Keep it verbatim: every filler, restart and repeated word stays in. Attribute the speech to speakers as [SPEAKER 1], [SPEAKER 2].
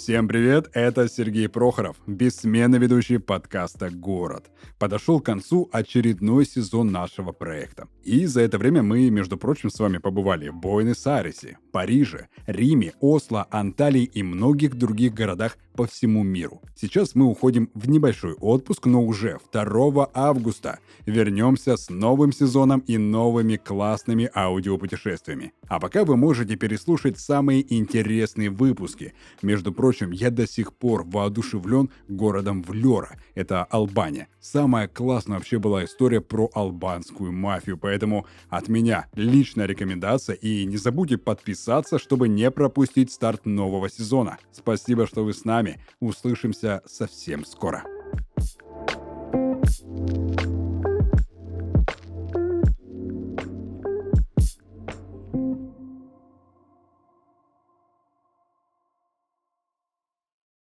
[SPEAKER 1] Всем привет, это Сергей Прохоров, бессменный ведущий подкаста «Город». Подошел к концу очередной сезон нашего проекта. И за это время мы, между прочим, с вами побывали в Буэнос-Айресе, Париже, Риме, Осло, Анталии и многих других городах по всему миру. Сейчас мы уходим в небольшой отпуск, но уже второго августа вернемся с новым сезоном и новыми классными аудиопутешествиями. А пока вы можете переслушать самые интересные выпуски. Между прочим, я до сих пор воодушевлен городом Влёра. Это Албания. Самая классная вообще была история про албанскую мафию, поэтому от меня личная рекомендация, и не забудьте подписаться, чтобы не пропустить старт нового сезона. Спасибо, что вы с нами. Услышимся совсем скоро.